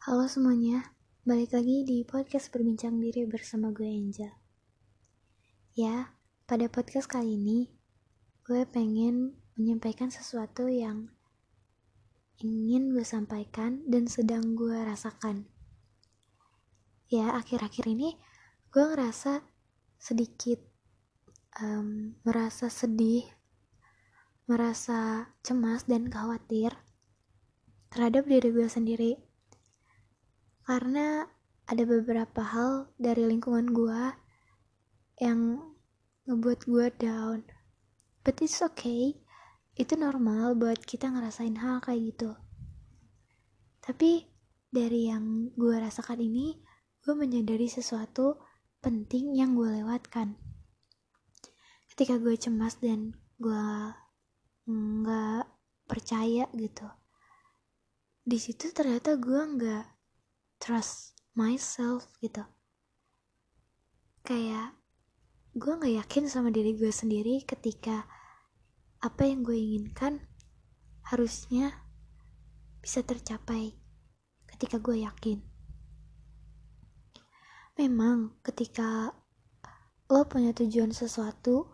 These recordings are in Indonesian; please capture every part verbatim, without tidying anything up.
Halo semuanya, balik lagi di podcast Berbincang Diri bersama gue Angel. Ya, pada podcast kali ini gue pengen menyampaikan sesuatu yang ingin gue sampaikan dan sedang gue rasakan. Ya, akhir-akhir ini gue ngerasa sedikit um, merasa sedih, merasa cemas dan khawatir terhadap diri gue sendiri. Karena ada beberapa hal dari lingkungan gue yang ngebuat gue down. But it's okay. Itu normal buat kita ngerasain hal kayak gitu. Tapi dari yang gue rasakan ini, gue menyadari sesuatu penting yang gue lewatkan. Ketika gue cemas dan gue nggak percaya gitu, di situ ternyata gue nggak trust myself gitu. Kayak gue nggak yakin sama diri gue sendiri ketika apa yang gue inginkan harusnya bisa tercapai ketika gue yakin. Memang ketika lo punya tujuan sesuatu,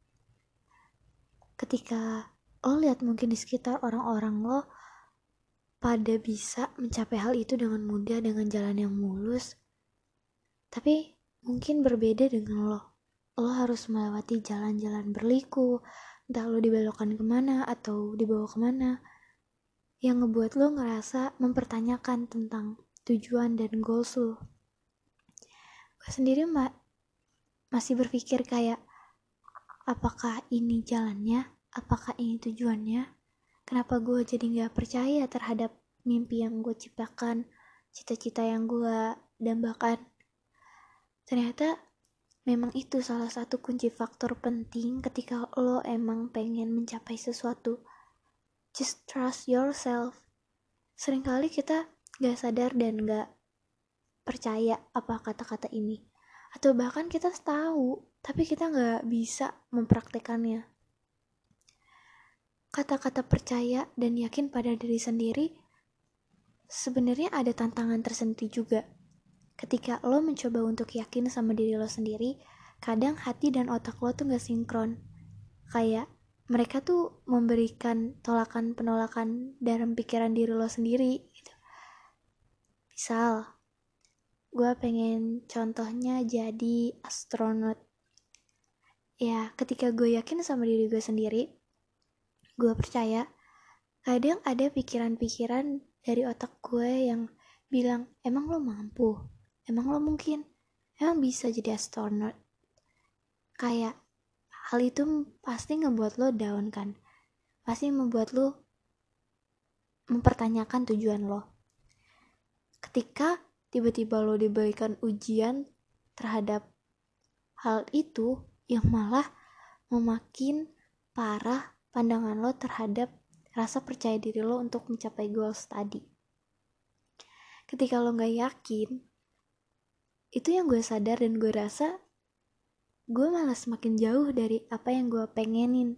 ketika lo lihat mungkin di sekitar orang-orang lo pada bisa mencapai hal itu dengan mudah, dengan jalan yang mulus, tapi mungkin berbeda dengan lo. Lo harus melewati jalan-jalan berliku, entah lo dibelokkan kemana atau dibawa kemana, yang ngebuat lo ngerasa mempertanyakan tentang tujuan dan goals lo. Gue sendiri mbak masih berpikir kayak, apakah ini jalannya? Apakah ini tujuannya? Kenapa gue jadi gak percaya terhadap mimpi yang gue ciptakan, cita-cita yang gue dambakan? Ternyata memang itu salah satu kunci faktor penting ketika lo emang pengen mencapai sesuatu. Just trust yourself. Seringkali kita gak sadar dan gak percaya apa kata-kata ini. Atau bahkan kita tahu, tapi kita gak bisa mempraktekannya. Kata-kata percaya dan yakin pada diri sendiri sebenarnya ada tantangan tersendiri juga. Ketika lo mencoba untuk yakin sama diri lo sendiri, kadang hati dan otak lo tuh gak sinkron. Kayak mereka tuh memberikan tolakan-penolakan dalam pikiran diri lo sendiri gitu. Misal, gue pengen contohnya jadi astronot. Ya, ketika gue yakin sama diri gue sendiri, gue percaya, kadang ada pikiran-pikiran dari otak gue yang bilang, emang lo mampu? Emang lo mungkin? Emang bisa jadi astronot? Kayak hal itu pasti ngebuat lo down kan? Pasti membuat lo mempertanyakan tujuan lo. Ketika tiba-tiba lo diberikan ujian terhadap hal itu yang malah memakin parah pandangan lo terhadap rasa percaya diri lo untuk mencapai goals tadi. Ketika lo gak yakin, itu yang gue sadar dan gue rasa gue malah semakin jauh dari apa yang gue pengenin.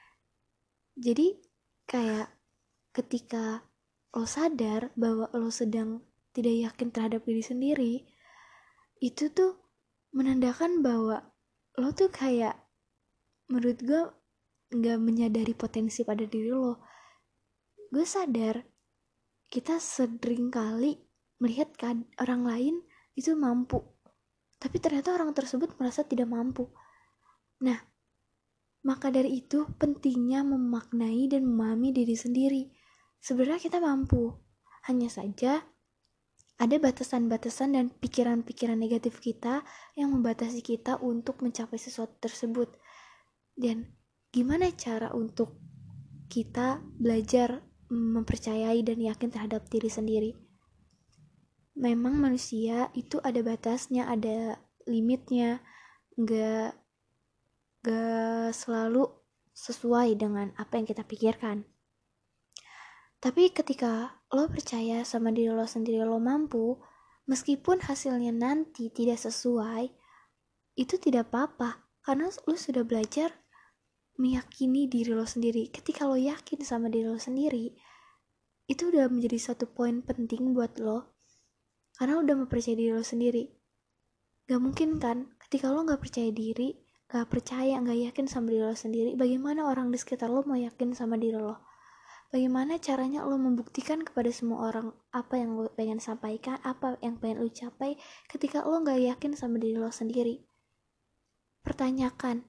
Jadi kayak ketika lo sadar bahwa lo sedang tidak yakin terhadap diri sendiri, itu tuh menandakan bahwa lo tuh kayak, menurut gue, gak menyadari potensi pada diri lo. Gue sadar kita sering kali melihat orang lain itu mampu, tapi ternyata orang tersebut merasa tidak mampu. Nah, maka dari itu pentingnya memaknai dan memahami diri sendiri. Sebenarnya kita mampu, hanya saja ada batasan-batasan dan pikiran-pikiran negatif kita yang membatasi kita untuk mencapai sesuatu tersebut. Dan gimana cara untuk kita belajar mempercayai dan yakin terhadap diri sendiri? Memang manusia itu ada batasnya, ada limitnya, gak, gak selalu sesuai dengan apa yang kita pikirkan. Tapi ketika lo percaya sama diri lo sendiri, lo mampu, meskipun hasilnya nanti tidak sesuai, itu tidak apa-apa, karena lo sudah belajar meyakini diri lo sendiri. Ketika lo yakin sama diri lo sendiri, itu udah menjadi satu poin penting buat lo karena udah mempercayai diri lo sendiri. Gak mungkin kan ketika lo gak percaya diri, gak percaya, gak yakin sama diri lo sendiri, bagaimana orang di sekitar lo mau yakin sama diri lo? Bagaimana caranya lo membuktikan kepada semua orang apa yang lo pengen sampaikan, apa yang pengen lo capai ketika lo gak yakin sama diri lo sendiri? Pertanyakan,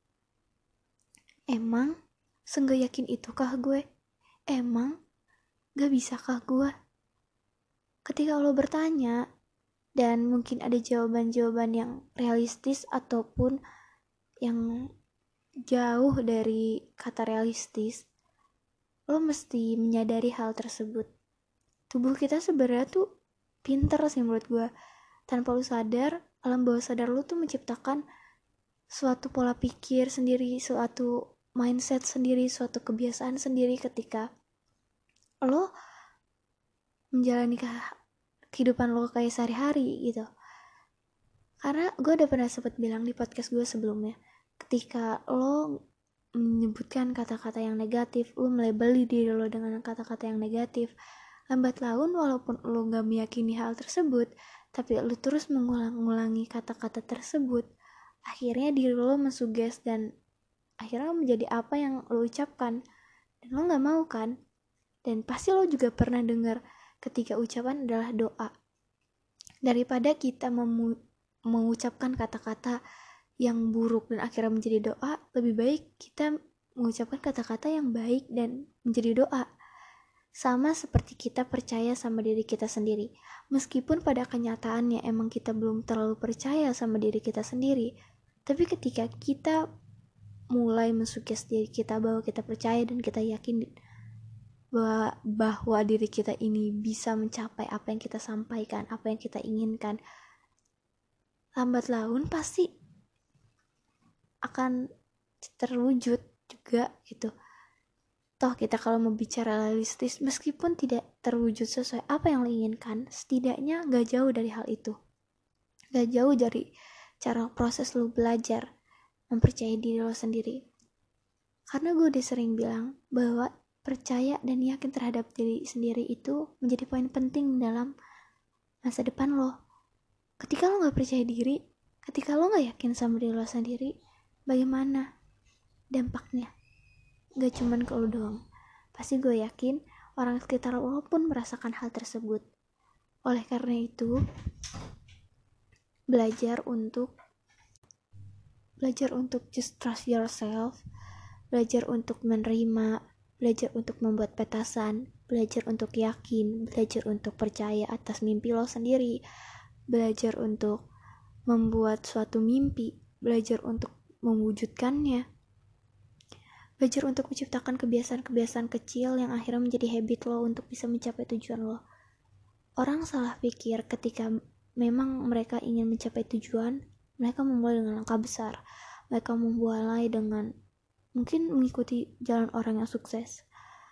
emang seenggak yakin itukah gue? Emang gak bisakah gue? Ketika lo bertanya, dan mungkin ada jawaban-jawaban yang realistis ataupun yang jauh dari kata realistis, lo mesti menyadari hal tersebut. Tubuh kita sebenarnya tuh pinter sih menurut gue. Tanpa lo sadar, alam bawah sadar lo tuh menciptakan suatu pola pikir sendiri, suatu mindset sendiri, suatu kebiasaan sendiri ketika lo menjalani kehidupan lo kayak sehari-hari gitu. Karena gue udah pernah sempat bilang di podcast gue sebelumnya, ketika lo menyebutkan kata-kata yang negatif, lo melabeli diri lo dengan kata-kata yang negatif, lambat laun walaupun lo gak meyakini hal tersebut, tapi lo terus mengulang-ulangi kata-kata tersebut, akhirnya diri lo mensuges dan akhirnya menjadi apa yang lo ucapkan. Dan lo gak mau kan? Dan pasti lo juga pernah dengar ketika ucapan adalah doa. Daripada kita memu- mengucapkan kata-kata yang buruk dan akhirnya menjadi doa, lebih baik kita mengucapkan kata-kata yang baik dan menjadi doa. Sama seperti kita percaya sama diri kita sendiri. Meskipun pada kenyataannya emang kita belum terlalu percaya sama diri kita sendiri, tapi ketika kita mulai mensuggest diri kita bahwa kita percaya dan kita yakin bahwa, bahwa diri kita ini bisa mencapai apa yang kita sampaikan, apa yang kita inginkan, lambat laun pasti akan terwujud juga gitu. Toh kita kalau mau bicara realistis, meskipun tidak terwujud sesuai apa yang lo inginkan, setidaknya gak jauh dari hal itu. Gak jauh dari cara proses lo belajar mempercayai diri lo sendiri. Karena gue udah sering bilang bahwa percaya dan yakin terhadap diri sendiri itu menjadi poin penting dalam masa depan lo. Ketika lo gak percaya diri, ketika lo gak yakin sama diri lo sendiri, bagaimana dampaknya? Gak cuman ke lo doang, pasti gue yakin orang sekitar lo pun merasakan hal tersebut. Oleh karena itu, belajar untuk belajar untuk just trust yourself, belajar untuk menerima, belajar untuk membuat petasan, belajar untuk yakin, belajar untuk percaya atas mimpi lo sendiri, belajar untuk membuat suatu mimpi, belajar untuk mewujudkannya, belajar untuk menciptakan kebiasaan-kebiasaan kecil yang akhirnya menjadi habit lo untuk bisa mencapai tujuan lo. Orang salah pikir ketika memang mereka ingin mencapai tujuan, mereka memulai dengan langkah besar, mereka memulai dengan mungkin mengikuti jalan orang yang sukses.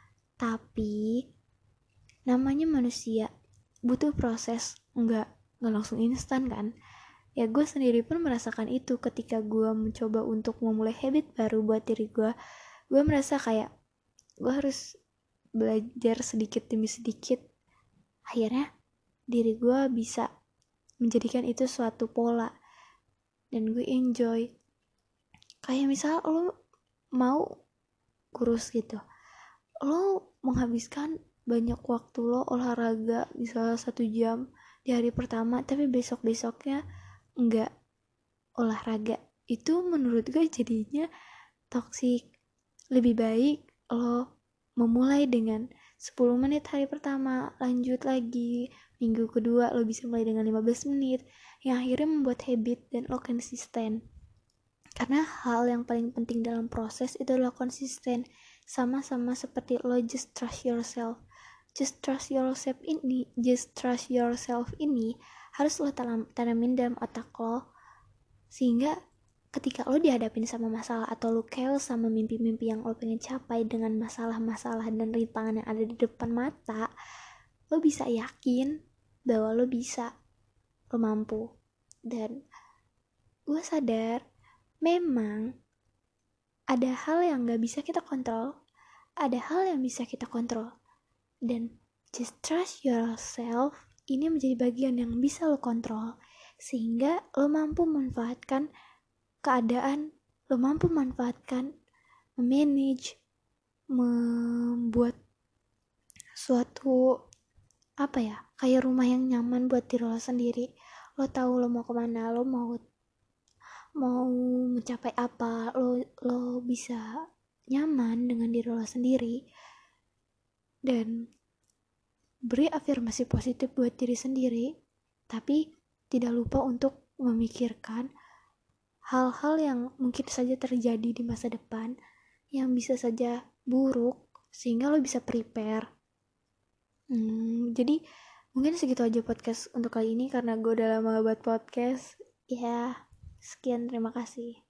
Tapi namanya manusia, butuh proses, enggak, enggak langsung instan kan. Ya gue sendiri pun merasakan itu ketika gue mencoba untuk memulai habit baru buat diri gue. Gue merasa kayak gue harus belajar sedikit demi sedikit. Akhirnya diri gue bisa menjadikan itu suatu pola dan gue enjoy. Kayak misal lo mau kurus gitu, lo menghabiskan banyak waktu lo olahraga misalnya satu jam di hari pertama, tapi besok-besoknya enggak olahraga. Itu menurut gue jadinya toksik. Lebih baik lo memulai dengan sepuluh menit hari pertama, lanjut lagi minggu kedua lo bisa mulai dengan lima belas menit, yang akhirnya membuat habit dan lo konsisten. Karena hal yang paling penting dalam proses itu adalah konsisten. Sama-sama seperti lo just trust yourself. Just trust yourself ini, just trust yourself ini harus lo tanam, tanamin dalam otak lo, sehingga ketika lo dihadapin sama masalah atau lo chaos sama mimpi-mimpi yang lo pengen capai dengan masalah-masalah dan rintangan yang ada di depan mata, lo bisa yakin bahwa lo bisa, lo mampu. Dan gue sadar memang ada hal yang gak bisa kita kontrol, ada hal yang bisa kita kontrol. Dan just trust yourself ini menjadi bagian yang bisa lo kontrol, sehingga lo mampu memanfaatkan keadaan, lo mampu memanfaatkan, memanage, membuat suatu apa ya, kayak rumah yang nyaman buat diri lo sendiri. Lo tahu lo mau kemana, lo mau mau mencapai apa, lo lo bisa nyaman dengan diri lo sendiri. Dan beri afirmasi positif buat diri sendiri, tapi tidak lupa untuk memikirkan hal-hal yang mungkin saja terjadi di masa depan yang bisa saja buruk, sehingga lo bisa prepare. Hmm, jadi mungkin segitu aja podcast untuk kali ini, karena gue udah lama buat podcast. Ya, sekian, terima kasih.